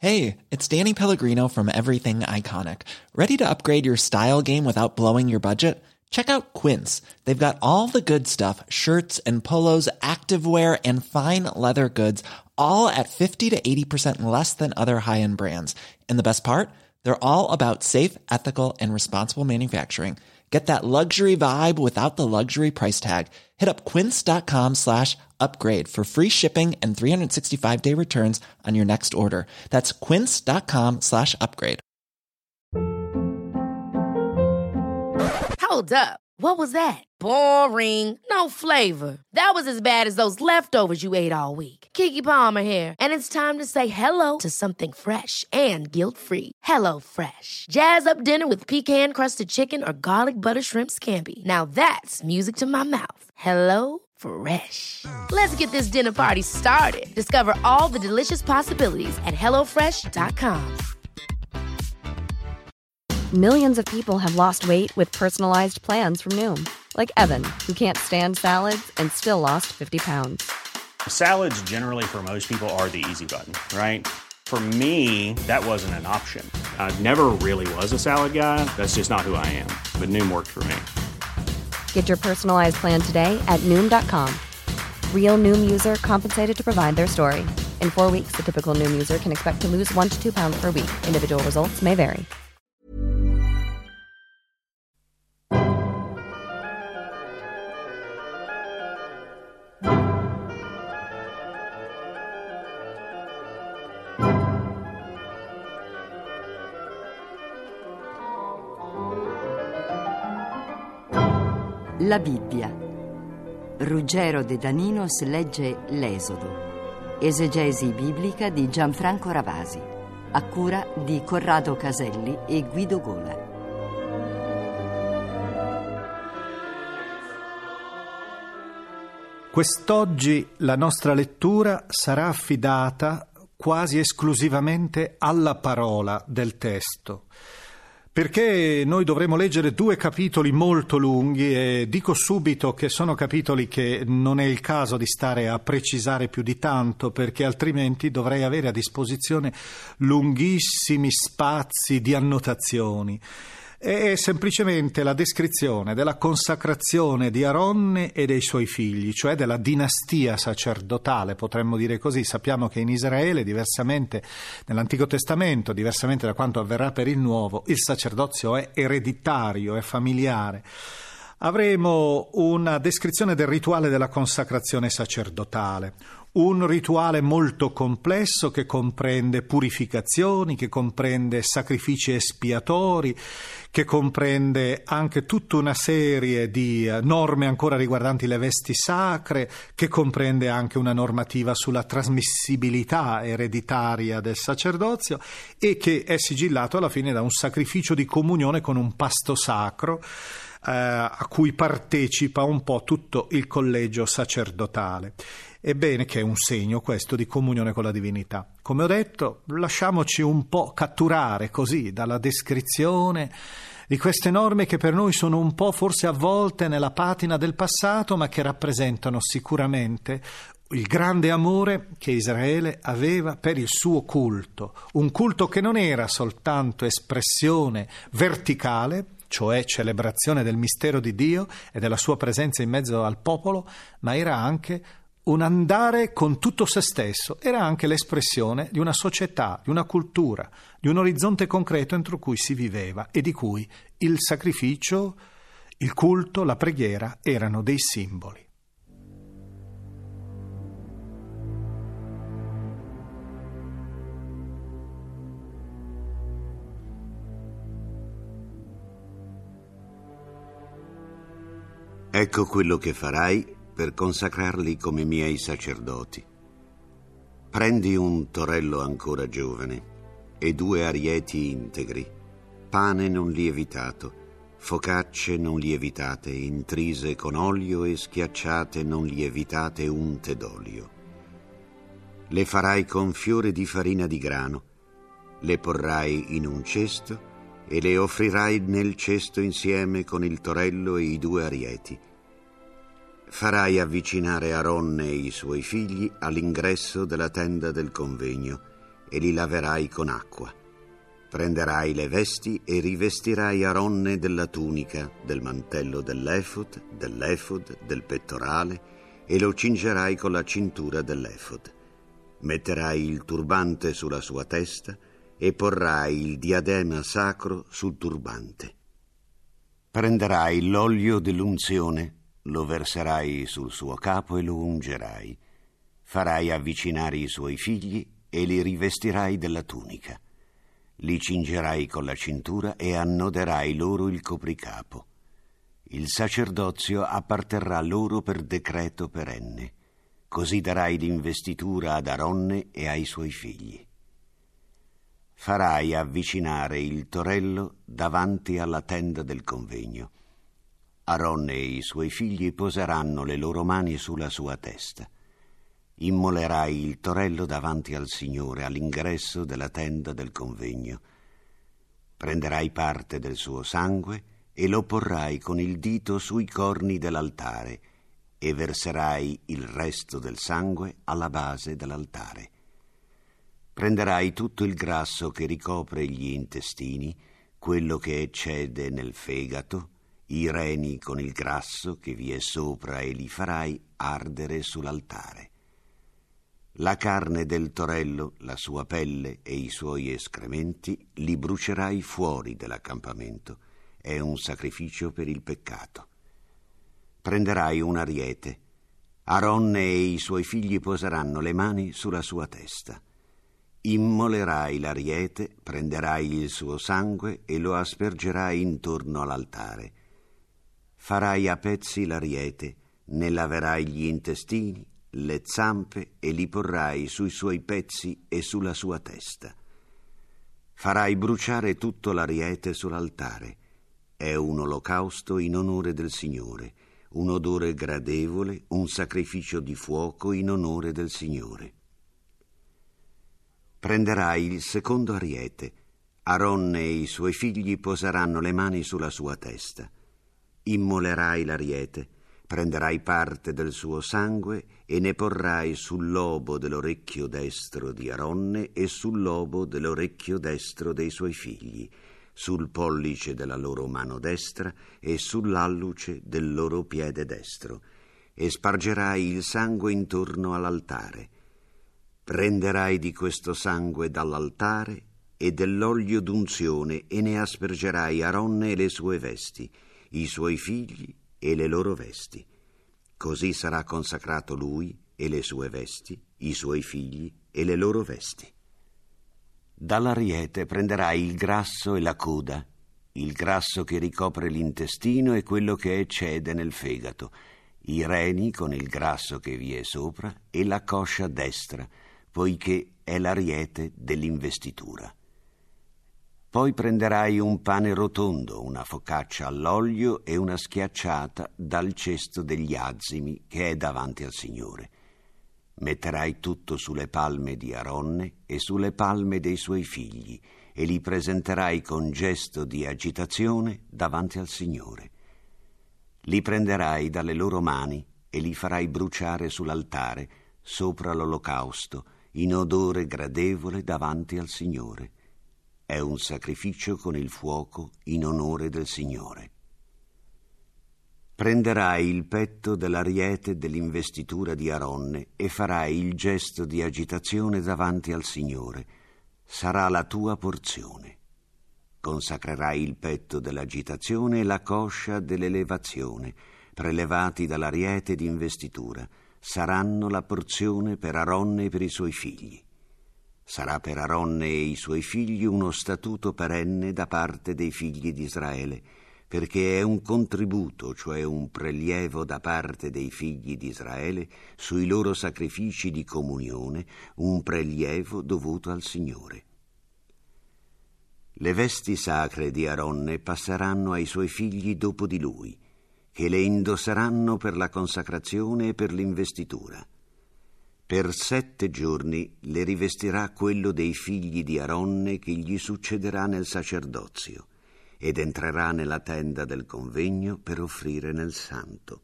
Hey, it's Danny Pellegrino from Everything Iconic. Ready to upgrade your style game without blowing your budget? Check out Quince. They've got all the good stuff, shirts and polos, activewear, and fine leather goods, all at 50 to 80% less than other high-end brands. And the best part? They're all about safe, ethical, and responsible manufacturing. Get that luxury vibe without the luxury price tag. Hit up quince.com/upgrade for free shipping and 365-day returns on your next order. That's quince.com/upgrade. Hold up. What was that? Boring. No flavor. That was as bad as those leftovers you ate all week. Keke Palmer here, and it's time to say hello to something fresh and guilt-free. Hello Fresh. Jazz up dinner with pecan-crusted chicken or garlic butter shrimp scampi. Now that's music to my mouth. Hello Fresh. Let's get this dinner party started. Discover all the delicious possibilities at hellofresh.com. Millions of people have lost weight with personalized plans from Noom. Like Evan, who can't stand salads and still lost 50 pounds. Salads generally for most people are the easy button, right? For me, that wasn't an option. I never really was a salad guy. That's just not who I am. But Noom worked for me. Get your personalized plan today at Noom.com. Real Noom user compensated to provide their story. In 4 weeks, the typical Noom user can expect to lose 1 to 2 pounds per week. Individual results may vary. La Bibbia. Ruggero De Daninos legge L'Esodo. Esegesi biblica di Gianfranco Ravasi. A cura di Corrado Caselli e Guido Gola. Quest'oggi la nostra lettura sarà affidata quasi esclusivamente alla parola del testo, perché noi dovremo leggere 2 capitoli molto lunghi e dico subito che sono capitoli che non è il caso di stare a precisare più di tanto, perché altrimenti dovrei avere a disposizione lunghissimi spazi di annotazioni. È semplicemente la descrizione della consacrazione di Aronne e dei suoi figli, cioè della dinastia sacerdotale, potremmo dire così. Sappiamo che in Israele, diversamente nell'Antico Testamento, diversamente da quanto avverrà per il Nuovo, il sacerdozio è ereditario, è familiare. Avremo una descrizione del rituale della consacrazione sacerdotale, un rituale molto complesso che comprende purificazioni, che comprende sacrifici espiatori, che comprende anche tutta una serie di norme ancora riguardanti le vesti sacre, che comprende anche una normativa sulla trasmissibilità ereditaria del sacerdozio e che è sigillato alla fine da un sacrificio di comunione con un pasto sacro a cui partecipa un po' tutto il collegio sacerdotale. Ebbene, che è un segno questo di comunione con la divinità. Come ho detto, lasciamoci un po' catturare così dalla descrizione di queste norme che per noi sono un po' forse avvolte nella patina del passato, ma che rappresentano sicuramente il grande amore che Israele aveva per il suo culto, un culto che non era soltanto espressione verticale, cioè celebrazione del mistero di Dio e della sua presenza in mezzo al popolo, ma era anche un andare con tutto se stesso, era anche l'espressione di una società, di una cultura, di un orizzonte concreto entro cui si viveva e di cui il sacrificio, il culto, la preghiera erano dei simboli. Ecco quello che farai per consacrarli come miei sacerdoti. Prendi un torello ancora giovane e 2 arieti integri, pane non lievitato, focacce non lievitate, intrise con olio e schiacciate non lievitate unte d'olio. Le farai con fiore di farina di grano, le porrai in un cesto e le offrirai nel cesto insieme con il torello e i 2 arieti. Farai avvicinare Aronne e i suoi figli all'ingresso della tenda del convegno e li laverai con acqua. Prenderai le vesti e rivestirai Aronne della tunica, del mantello dell'efod, del pettorale, e lo cingerai con la cintura dell'efod. Metterai il turbante sulla sua testa e porrai il diadema sacro sul turbante. Prenderai l'olio dell'unzione, lo verserai sul suo capo e lo ungerai. Farai avvicinare i suoi figli e li rivestirai della tunica. Li cingerai con la cintura e annoderai loro il copricapo. Il sacerdozio apparterrà loro per decreto perenne. Così darai l'investitura ad Aronne e ai suoi figli. Farai avvicinare il torello davanti alla tenda del convegno. Aronne e i suoi figli poseranno le loro mani sulla sua testa. Immolerai il torello davanti al Signore all'ingresso della tenda del convegno. Prenderai parte del suo sangue e lo porrai con il dito sui corni dell'altare e verserai il resto del sangue alla base dell'altare. Prenderai tutto il grasso che ricopre gli intestini, quello che eccede nel fegato, i reni con il grasso che vi è sopra e li farai ardere sull'altare. La carne del torello, la sua pelle e i suoi escrementi li brucerai fuori dell'accampamento. È un sacrificio per il peccato. Prenderai un ariete. Aronne e i suoi figli poseranno le mani sulla sua testa. Immolerai l'ariete, prenderai il suo sangue e lo aspergerai intorno all'altare. Farai a pezzi l'ariete, ne laverai gli intestini, le zampe e li porrai sui suoi pezzi e sulla sua testa. Farai bruciare tutto l'ariete sull'altare. È un olocausto in onore del Signore, un odore gradevole, un sacrificio di fuoco in onore del Signore. Prenderai il secondo ariete. Aronne e i suoi figli poseranno le mani sulla sua testa. Immolerai l'ariete. Prenderai parte del suo sangue e ne porrai sul lobo dell'orecchio destro di Aronne e sul lobo dell'orecchio destro dei suoi figli, sul pollice della loro mano destra e sull'alluce del loro piede destro, e spargerai il sangue intorno all'altare. Prenderai di questo sangue dall'altare e dell'olio d'unzione e ne aspergerai Aronne e le sue vesti, i suoi figli e le loro vesti. Così sarà consacrato lui e le sue vesti, i suoi figli e le loro vesti. Dall'ariete prenderai il grasso e la coda, il grasso che ricopre l'intestino e quello che eccede nel fegato, i reni con il grasso che vi è sopra e la coscia destra, poiché è l'ariete dell'investitura. Poi prenderai un pane rotondo, una focaccia all'olio e una schiacciata dal cesto degli azimi che è davanti al Signore. Metterai tutto sulle palme di Aronne e sulle palme dei suoi figli e li presenterai con gesto di agitazione davanti al Signore. Li prenderai dalle loro mani e li farai bruciare sull'altare sopra l'olocausto in odore gradevole davanti al Signore. È un sacrificio con il fuoco in onore del Signore. Prenderai il petto dell'ariete dell'investitura di Aronne e farai il gesto di agitazione davanti al Signore. Sarà la tua porzione. Consacrerai il petto dell'agitazione e la coscia dell'elevazione, prelevati dall'ariete di investitura. Saranno la porzione per Aronne e per i suoi figli. Sarà per Aronne e i suoi figli uno statuto perenne da parte dei figli di Israele, perché è un contributo, cioè un prelievo da parte dei figli di Israele sui loro sacrifici di comunione, un prelievo dovuto al Signore. Le vesti sacre di Aronne passeranno ai suoi figli dopo di lui, che le indosseranno per la consacrazione e per l'investitura. Per 7 giorni le rivestirà quello dei figli di Aronne che gli succederà nel sacerdozio, ed entrerà nella tenda del convegno per offrire nel santo.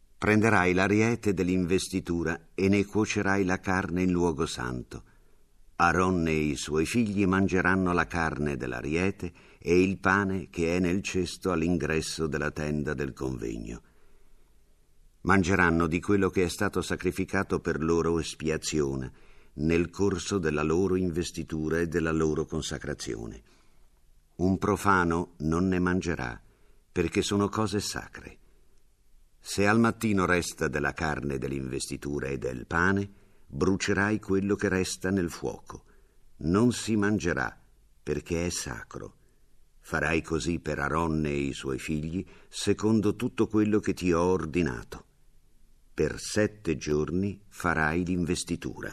Prenderai l'ariete dell'investitura e ne cuocerai la carne in luogo santo. Aaronne e i suoi figli mangeranno la carne dell'ariete e il pane che è nel cesto all'ingresso della tenda del convegno. Mangeranno di quello che è stato sacrificato per loro espiazione nel corso della loro investitura e della loro consacrazione. Un profano non ne mangerà, perché sono cose sacre. Se al mattino resta della carne dell'investitura e del pane, brucerai quello che resta nel fuoco. Non si mangerà, perché è sacro. Farai così per Aaronne e i suoi figli, secondo tutto quello che ti ho ordinato. Per 7 giorni farai l'investitura.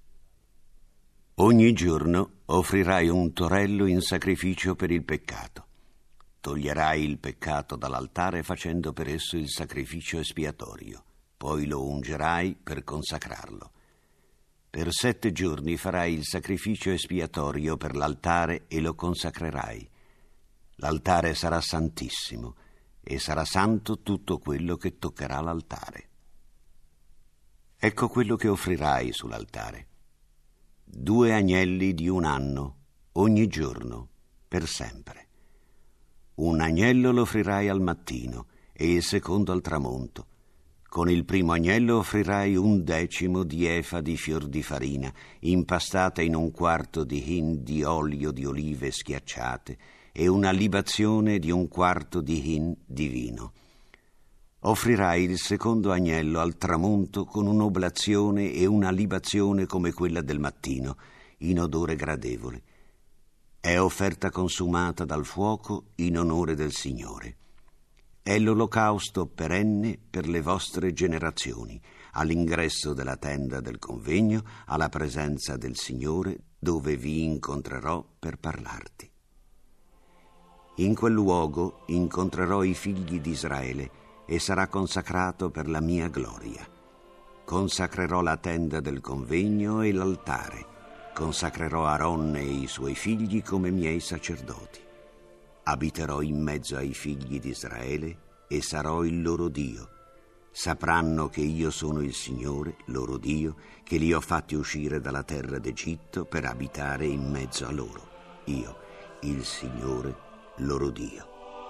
Ogni giorno offrirai un torello in sacrificio per il peccato. Toglierai il peccato dall'altare facendo per esso il sacrificio espiatorio. Poi lo ungerai per consacrarlo. Per 7 giorni farai il sacrificio espiatorio per l'altare e lo consacrerai. L'altare sarà santissimo e sarà santo tutto quello che toccherà l'altare. Ecco quello che offrirai sull'altare: 2 agnelli di 1 anno, ogni giorno, per sempre. Un agnello lo offrirai al mattino e il secondo al tramonto. Con il primo agnello offrirai 1/10 di efa di fior di farina, impastata in 1/4 di hin di olio di olive schiacciate e una libazione di 1/4 di hin di vino. Offrirai il secondo agnello al tramonto con un'oblazione e una libazione come quella del mattino, in odore gradevole. È offerta consumata dal fuoco in onore del Signore. È l'olocausto perenne per le vostre generazioni, all'ingresso della tenda del convegno, alla presenza del Signore, dove vi incontrerò per parlarti. In quel luogo incontrerò i figli di Israele e sarà consacrato per la mia gloria. Consacrerò la tenda del convegno e l'altare. Consacrerò Aaronne e i suoi figli come miei sacerdoti. Abiterò in mezzo ai figli di Israele e sarò il loro Dio. Sapranno che io sono il Signore, loro Dio, che li ho fatti uscire dalla terra d'Egitto per abitare in mezzo a loro. Io, il Signore, loro Dio.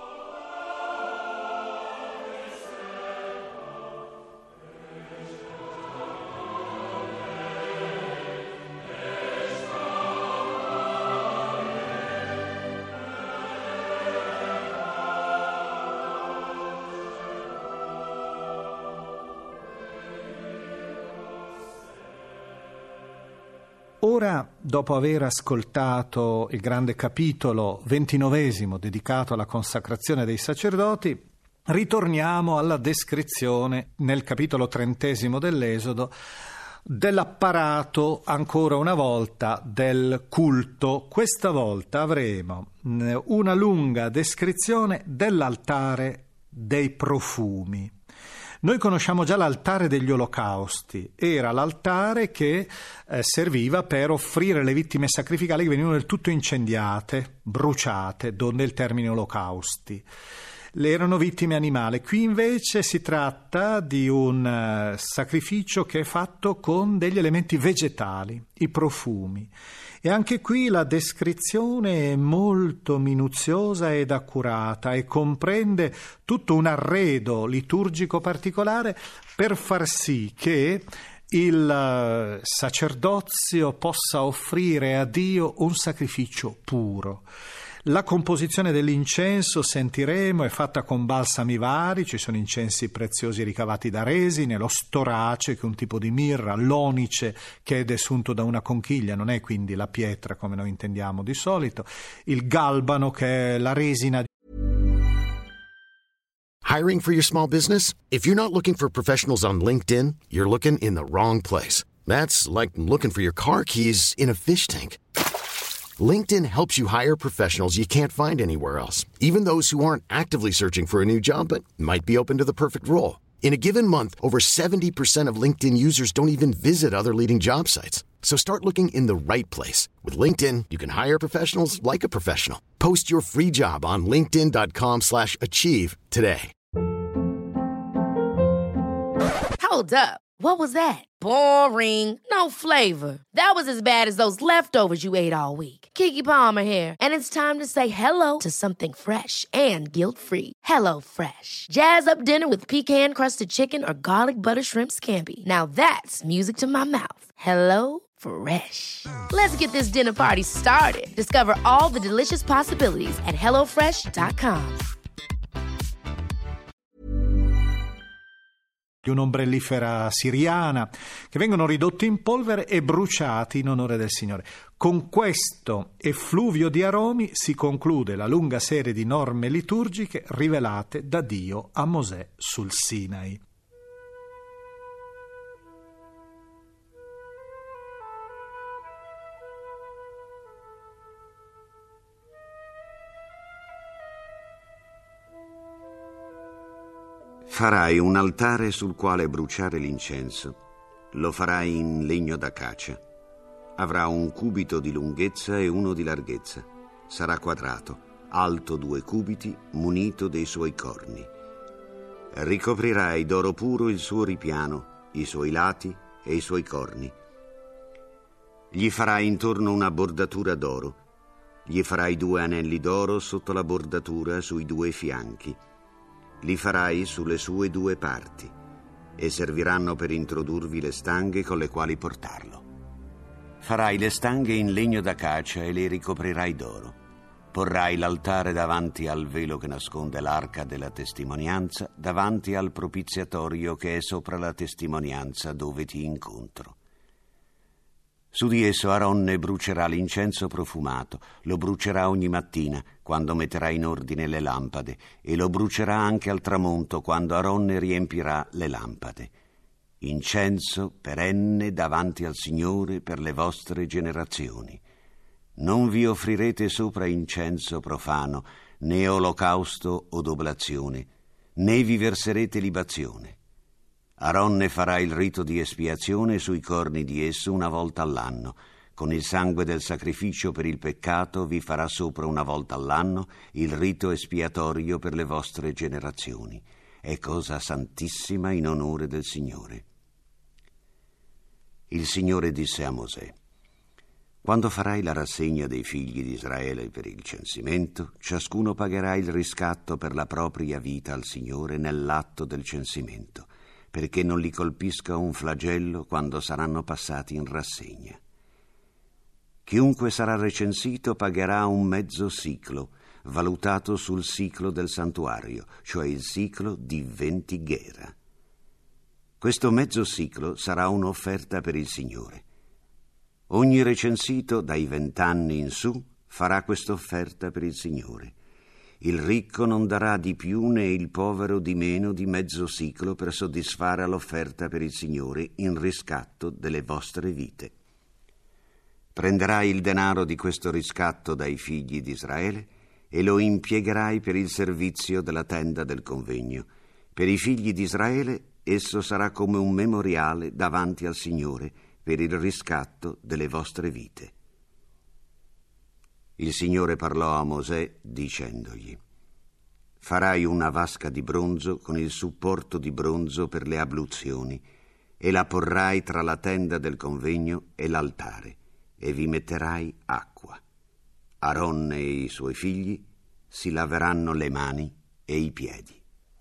Ora, dopo aver ascoltato il grande capitolo 29 dedicato alla consacrazione dei sacerdoti, ritorniamo alla descrizione nel capitolo 30 dell'Esodo dell'apparato, ancora una volta, del culto. Questa volta avremo una lunga descrizione dell'altare dei profumi. Noi conosciamo già l'altare degli olocausti, era l'altare che serviva per offrire le vittime sacrificali che venivano del tutto incendiate, bruciate, donde il termine olocausti. Le erano vittime animali. Qui invece si tratta di un sacrificio che è fatto con degli elementi vegetali, i profumi. E anche qui la descrizione è molto minuziosa ed accurata e comprende tutto un arredo liturgico particolare per far sì che il sacerdozio possa offrire a Dio un sacrificio puro. La composizione dell'incenso, sentiremo, è fatta con balsami vari, ci sono incensi preziosi ricavati da resine, lo storace, che è un tipo di mirra, l'onice, che è desunto da una conchiglia, non è quindi la pietra come noi intendiamo di solito, il galbano, che è la resina. Hiring for your small business? If you're not looking for professionals on LinkedIn, you're looking in the wrong place. That's like looking for your car keys in a fish tank. LinkedIn helps you hire professionals you can't find anywhere else, even those who aren't actively searching for a new job but might be open to the perfect role. In a given month, over 70% of LinkedIn users don't even visit other leading job sites. So start looking in the right place. With LinkedIn, you can hire professionals like a professional. Post your free job on linkedin.com/achieve today. Hold up. What was that? Boring. No flavor. That was as bad as those leftovers you ate all week. Keke Palmer here, and it's time to say hello to something fresh and guilt-free. Hello Fresh. Jazz up dinner with pecan-crusted chicken or garlic butter shrimp scampi. Now that's music to my mouth. Hello Fresh. Let's get this dinner party started. Discover all the delicious possibilities at hellofresh.com. Di un'ombrellifera siriana, che vengono ridotti in polvere e bruciati in onore del Signore. Con questo effluvio di aromi si conclude la lunga serie di norme liturgiche rivelate da Dio a Mosè sul Sinai. Farai un altare sul quale bruciare l'incenso. Lo farai in legno d'acacia. Avrà 1 cubito di lunghezza e 1 di larghezza. Sarà quadrato, alto 2 cubiti, munito dei suoi corni. Ricoprirai d'oro puro il suo ripiano, i suoi lati e i suoi corni. Gli farai intorno una bordatura d'oro. Gli farai 2 anelli d'oro sotto la bordatura sui 2 fianchi. Li farai sulle sue 2 parti e serviranno per introdurvi le stanghe con le quali portarlo. Farai le stanghe in legno d'acacia e le ricoprirai d'oro. Porrai l'altare davanti al velo che nasconde l'arca della testimonianza, davanti al propiziatorio che è sopra la testimonianza dove ti incontro. Su di esso Aronne brucerà l'incenso profumato, lo brucerà ogni mattina quando metterà in ordine le lampade e lo brucerà anche al tramonto quando Aronne riempirà le lampade. Incenso perenne davanti al Signore per le vostre generazioni. Non vi offrirete sopra incenso profano, né olocausto od oblazione, né vi verserete libazione. Aronne farà il rito di espiazione sui corni di esso 1 volta all'anno. Con il sangue del sacrificio per il peccato vi farà sopra 1 volta all'anno il rito espiatorio per le vostre generazioni. È cosa santissima in onore del Signore. Il Signore disse a Mosè: quando farai la rassegna dei figli di Israele per il censimento, ciascuno pagherà il riscatto per la propria vita al Signore nell'atto del censimento, perché non li colpisca un flagello quando saranno passati in rassegna. Chiunque sarà recensito pagherà 1 mezzo siclo, valutato sul siclo del santuario, cioè il siclo di 20 ghera. Questo mezzo siclo sarà un'offerta per il Signore. Ogni recensito dai 20 anni in su farà quest'offerta per il Signore. Il ricco non darà di più né il povero di meno di mezzo siclo per soddisfare l'offerta per il Signore in riscatto delle vostre vite. Prenderai il denaro di questo riscatto dai figli di Israele e lo impiegherai per il servizio della tenda del convegno. Per i figli di Israele esso sarà come un memoriale davanti al Signore per il riscatto delle vostre vite. Il Signore parlò a Mosè dicendogli: farai una vasca di bronzo con il supporto di bronzo per le abluzioni e la porrai tra la tenda del convegno e l'altare e vi metterai acqua. Aronne e i suoi figli si laveranno le mani e i piedi.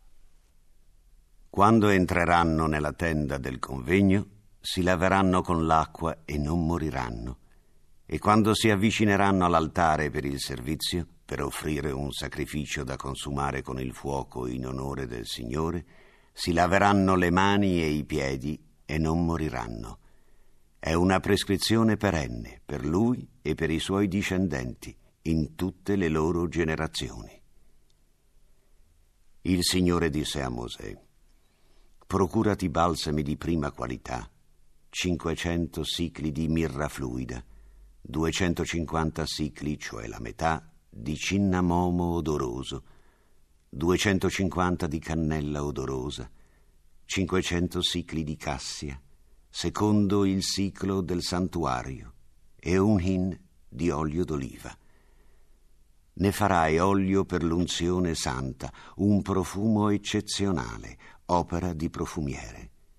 Quando entreranno nella tenda del convegno si laveranno con l'acqua e non moriranno. E quando si avvicineranno all'altare per il servizio, per offrire un sacrificio da consumare con il fuoco in onore del Signore, si laveranno le mani e i piedi e non moriranno. È una prescrizione perenne per lui e per i suoi discendenti in tutte le loro generazioni. Il Signore disse a Mosè: procurati balsami di prima qualità, 500 sicli di mirra fluida, 250 sicli, cioè la metà, di cinnamomo odoroso, 250 di cannella odorosa, 500 sicli di cassia, secondo il siclo del santuario, e 1 hin di olio d'oliva. Ne farai olio per l'unzione santa, un profumo eccezionale, opera di profumiere.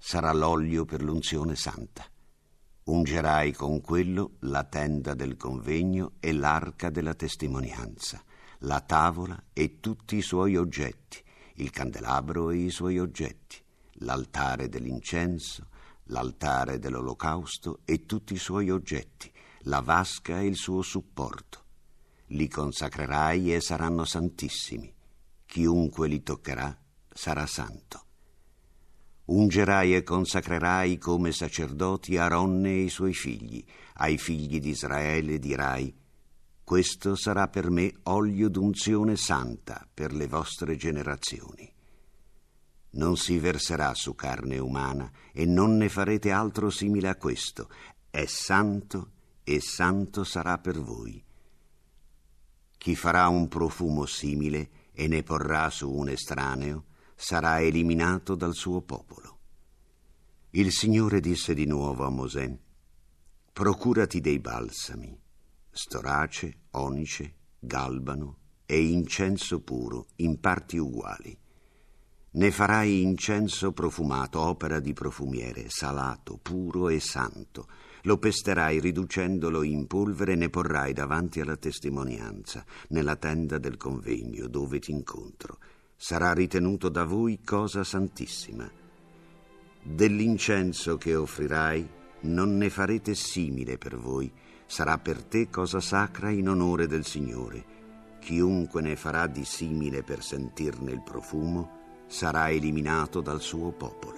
sarà l'olio per l'unzione santa. Ungerai con quello la tenda del convegno e l'arca della testimonianza, la tavola e tutti i suoi oggetti, il candelabro e i suoi oggetti, l'altare dell'incenso, l'altare dell'olocausto e tutti i suoi oggetti, la vasca e il suo supporto. Li consacrerai e saranno santissimi. Chiunque li toccherà sarà santo. Ungerai e consacrerai come sacerdoti Aronne e i suoi figli. Ai figli di Israele dirai: questo sarà per me olio d'unzione santa per le vostre generazioni. Non si verserà su carne umana e non ne farete altro simile a questo. È santo e santo sarà per voi. Chi farà un profumo simile e ne porrà su un estraneo sarà eliminato dal suo popolo. Il Signore disse di nuovo a Mosè: procurati dei balsami, storace, onice, galbano e incenso puro in parti uguali. Ne farai incenso profumato, opera di profumiere, salato, puro e santo. Lo pesterai riducendolo in polvere e ne porrai davanti alla testimonianza, nella tenda del convegno dove ti incontro. Sarà ritenuto da voi cosa santissima. Dell'incenso che offrirai non ne farete simile per voi, sarà per te cosa sacra in onore del Signore. Chiunque ne farà di simile per sentirne il profumo sarà eliminato dal suo popolo.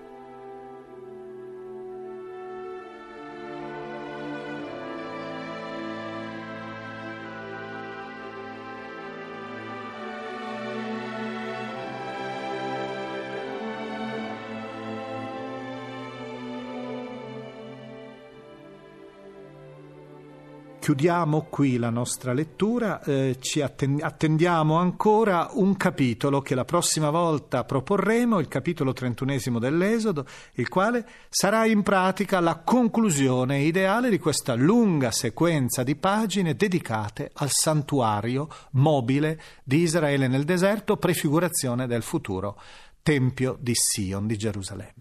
Chiudiamo qui la nostra lettura, ci attendiamo ancora un capitolo che la prossima volta proporremo, il capitolo 31 dell'Esodo, il quale sarà in pratica la conclusione ideale di questa lunga sequenza di pagine dedicate al santuario mobile di Israele nel deserto, prefigurazione del futuro Tempio di Sion di Gerusalemme.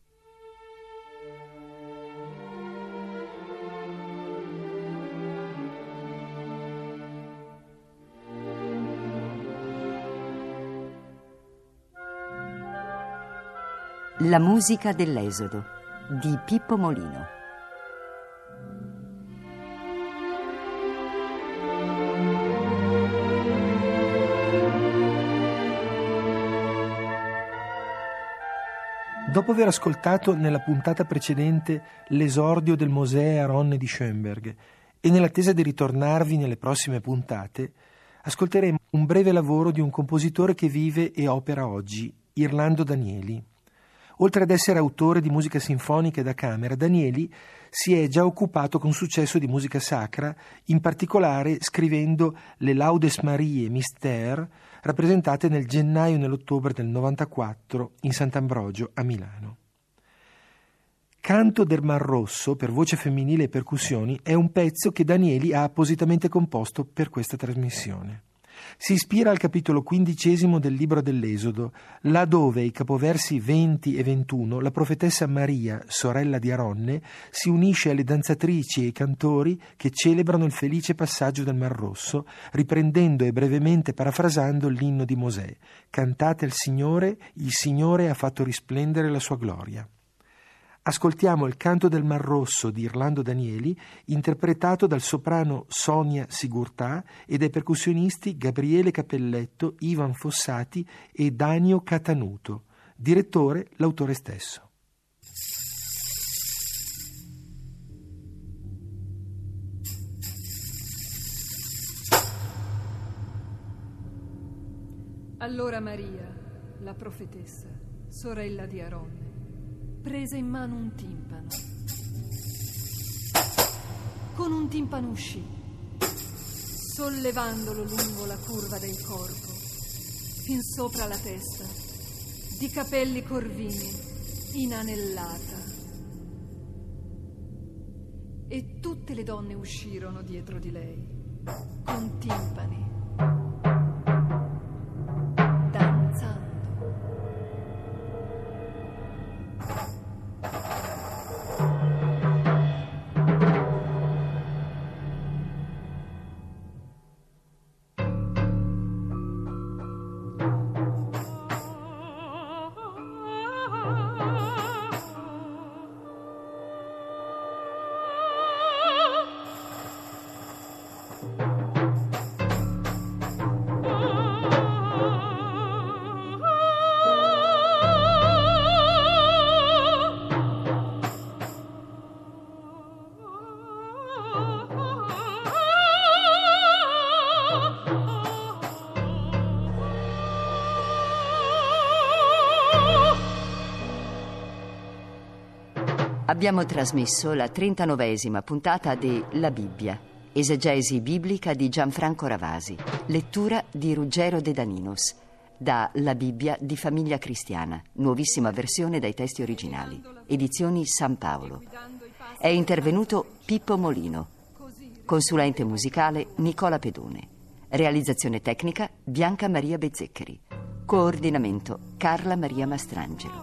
La musica dell'Esodo di Pippo Molino. Dopo aver ascoltato nella puntata precedente l'esordio del Mosè Aronne di Schoenberg e nell'attesa di ritornarvi nelle prossime puntate, ascolteremo un breve lavoro di un compositore che vive e opera oggi, Irlando Danieli. Oltre ad essere autore di musica sinfonica e da camera, Danieli si è già occupato con successo di musica sacra, in particolare scrivendo le Laudes Mariae Mystère, rappresentate nel gennaio e nell'ottobre del 94 in Sant'Ambrogio a Milano. Canto del Mar Rosso per voce femminile e percussioni è un pezzo che Danieli ha appositamente composto per questa trasmissione. Si ispira al capitolo 15 del libro dell'Esodo, là dove ai capoversi 20 e 21 la profetessa Maria, sorella di Aronne, si unisce alle danzatrici e ai cantori che celebrano il felice passaggio del Mar Rosso, riprendendo e brevemente parafrasando l'inno di Mosè: «Cantate al Signore, il Signore ha fatto risplendere la sua gloria». Ascoltiamo il Canto del Mar Rosso di Irlando Danieli, interpretato dal soprano Sonia Sigurtà e dai percussionisti Gabriele Capelletto, Ivan Fossati e Danio Catanuto. Direttore l'autore stesso. Allora Maria, la profetessa, sorella di Aronne, prese in mano un timpano. Con un timpano uscì, sollevandolo lungo la curva del corpo, fin sopra la testa, di capelli corvini, inanellata. E tutte le donne uscirono dietro di lei, con timpani, danzando. Abbiamo trasmesso la 39esima puntata di La Bibbia, esegesi biblica di Gianfranco Ravasi, lettura di Ruggero De Daninos, da La Bibbia di Famiglia Cristiana, nuovissima versione dai testi originali, edizioni San Paolo. È intervenuto Pippo Molino, consulente musicale Nicola Pedone, realizzazione tecnica Bianca Maria Bezzeccheri, coordinamento Carla Maria Mastrangelo.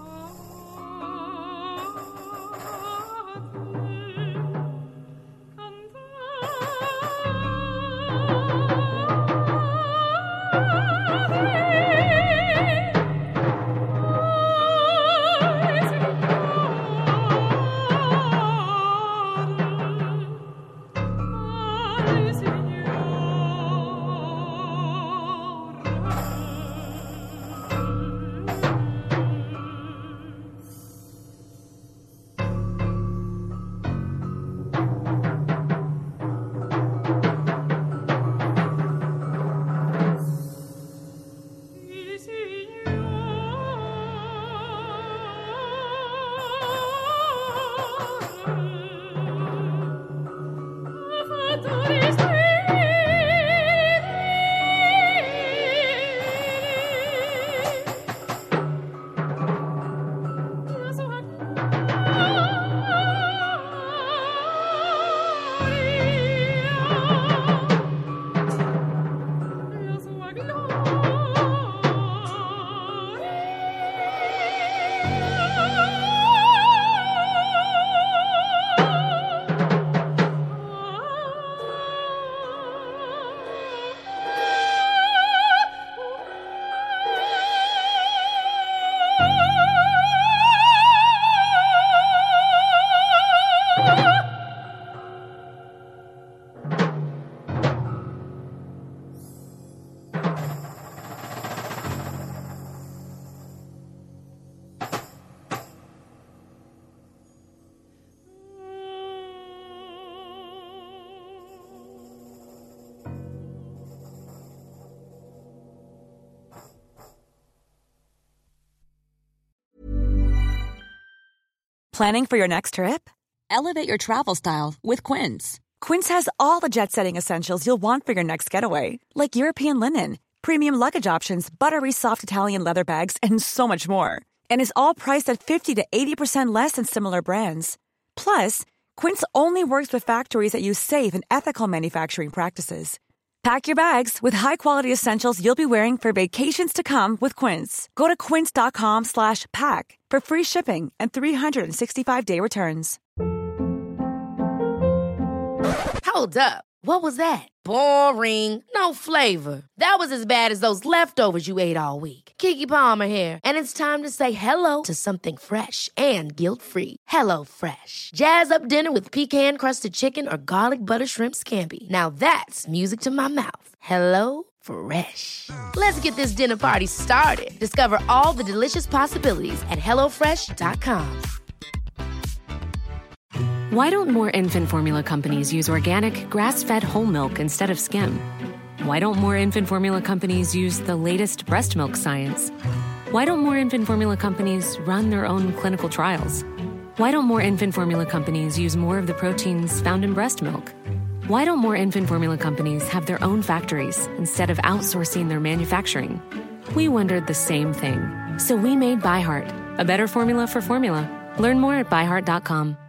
Planning for your next trip? Elevate your travel style with Quince. Quince has all the jet-setting essentials you'll want for your next getaway, like European linen, premium luggage options, buttery soft Italian leather bags, and so much more. And is all priced at 50 to 80% less than similar brands. Plus, Quince only works with factories that use safe and ethical manufacturing practices. Pack your bags with high-quality essentials you'll be wearing for vacations to come with Quince. Go to quince.com/pack for free shipping and 365-day returns. Hold up. What was that? Boring. No flavor. That was as bad as those leftovers you ate all week. Keke Palmer here, and it's time to say hello to something fresh and guilt-free. Hello Fresh. Jazz up dinner with pecan-crusted chicken or garlic butter shrimp scampi. Now that's music to my mouth. Hello Fresh. Let's get this dinner party started. Discover all the delicious possibilities at HelloFresh.com. Why don't more infant formula companies use organic, grass-fed whole milk instead of skim? Why don't more infant formula companies use the latest breast milk science? Why don't more infant formula companies run their own clinical trials? Why don't more infant formula companies use more of the proteins found in breast milk? Why don't more infant formula companies have their own factories instead of outsourcing their manufacturing? We wondered the same thing. So we made ByHeart, a better formula for formula. Learn more at byheart.com.